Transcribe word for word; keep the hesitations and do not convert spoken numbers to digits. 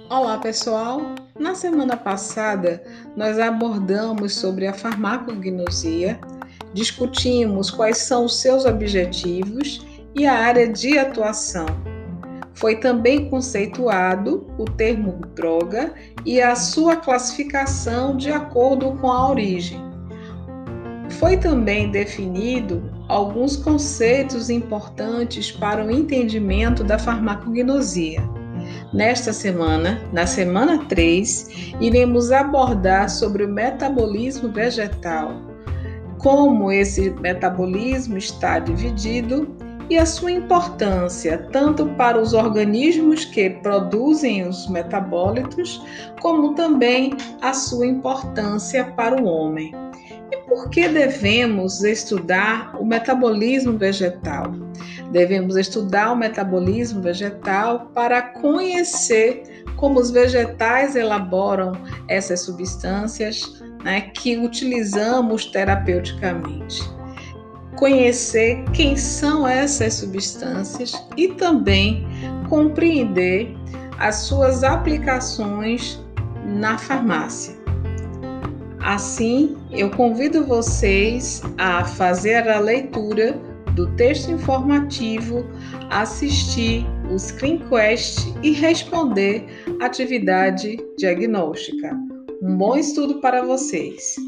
Olá, pessoal! Na semana passada, nós abordamos sobre a farmacognosia, discutimos quais são os seus objetivos e a área de atuação. Foi também conceituado o termo droga e a sua classificação de acordo com a origem. Foi também definido alguns conceitos importantes para o entendimento da farmacognosia. Nesta semana, na semana três, iremos abordar sobre o metabolismo vegetal, como esse metabolismo está dividido e a sua importância tanto para os organismos que produzem os metabólitos, como também a sua importância para o homem. E por que devemos estudar o metabolismo vegetal? Devemos estudar o metabolismo vegetal para conhecer como os vegetais elaboram essas substâncias, né, que utilizamos terapeuticamente. Conhecer quem são essas substâncias e também compreender as suas aplicações na farmácia. Assim, eu convido vocês a fazer a leitura do texto informativo, assistir o ScreenQuest e responder a atividade diagnóstica. Um bom estudo para vocês!